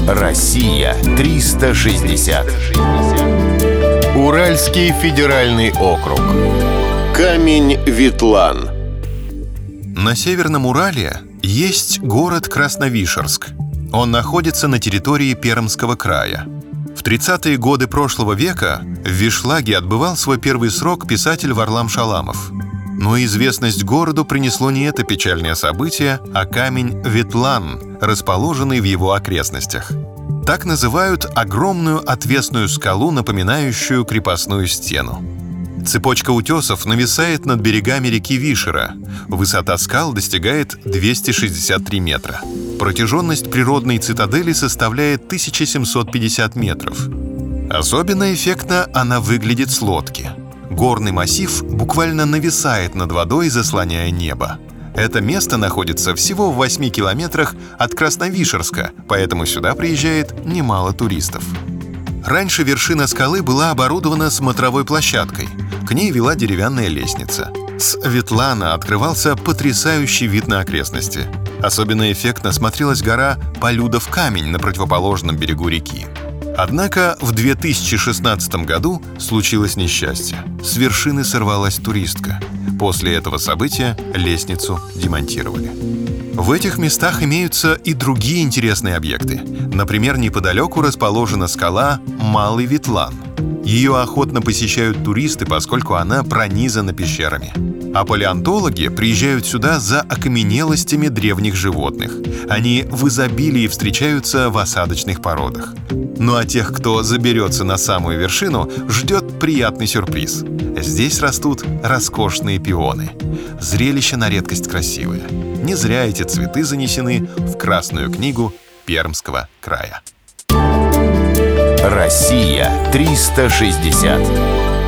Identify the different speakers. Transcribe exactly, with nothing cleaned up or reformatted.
Speaker 1: Россия триста шестьдесят. Уральский федеральный округ. Камень-Ветлан.
Speaker 2: На Северном Урале есть город Красновишерск. Он находится на территории Пермского края. В тридцатые годы прошлого века в Вишлаге отбывал свой первый срок писатель Варлам Шаламов. Но известность городу принесло не это печальное событие, а камень Ветлан, расположенный в его окрестностях. Так называют огромную отвесную скалу, напоминающую крепостную стену. Цепочка утесов нависает над берегами реки Вишера. Высота скал достигает двести шестьдесят три метра. Протяженность природной цитадели составляет тысяча семьсот пятьдесят метров. Особенно эффектно она выглядит с лодки. Горный массив буквально нависает над водой, заслоняя небо. Это место находится всего в восьми километрах от Красновишерска, поэтому сюда приезжает немало туристов. Раньше вершина скалы была оборудована смотровой площадкой. К ней вела деревянная лестница. С Ветлана открывался потрясающий вид на окрестности. Особенно эффектно смотрелась гора Полюдов камень на противоположном берегу реки. Однако в две тысячи шестнадцатом году случилось несчастье. С вершины сорвалась туристка. После этого события лестницу демонтировали. В этих местах имеются и другие интересные объекты. Например, неподалеку расположена скала Малый Ветлан. Ее охотно посещают туристы, поскольку она пронизана пещерами. А палеонтологи приезжают сюда за окаменелостями древних животных. Они в изобилии встречаются в осадочных породах. Ну а тех, кто заберется на самую вершину, ждет приятный сюрприз. Здесь растут роскошные пионы. Зрелище на редкость красивое. Не зря эти цветы занесены в Красную книгу Пермского края.
Speaker 1: Россия триста шестьдесят.